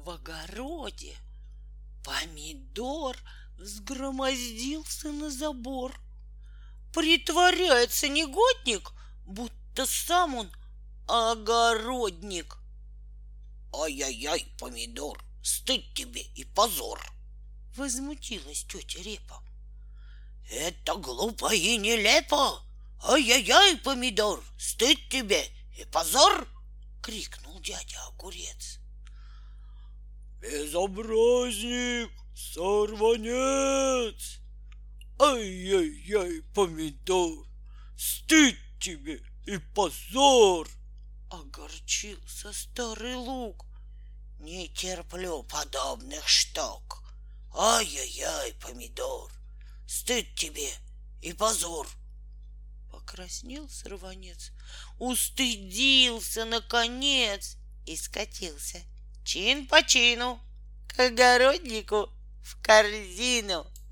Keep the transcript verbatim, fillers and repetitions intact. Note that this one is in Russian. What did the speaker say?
в огороде помидор взгромоздился на забор. Притворяется негодник, будто сам он огородник. Ай-яй-яй, помидор, стыд тебе и позор! Возмутилась тетя Репа. Это глупо и нелепо! Ай-яй-яй, помидор, стыд тебе и позор! Крикнул дядя Огурец. Безобразник, сорванец! Ай-яй-яй, помидор, стыд тебе и позор! Огорчился старый лук. Не терплю подобных штук. Ай-яй-яй, помидор, стыд тебе и позор! Покраснел сорванец, устыдился наконец и скатился чин по чину к огороднику в корзину.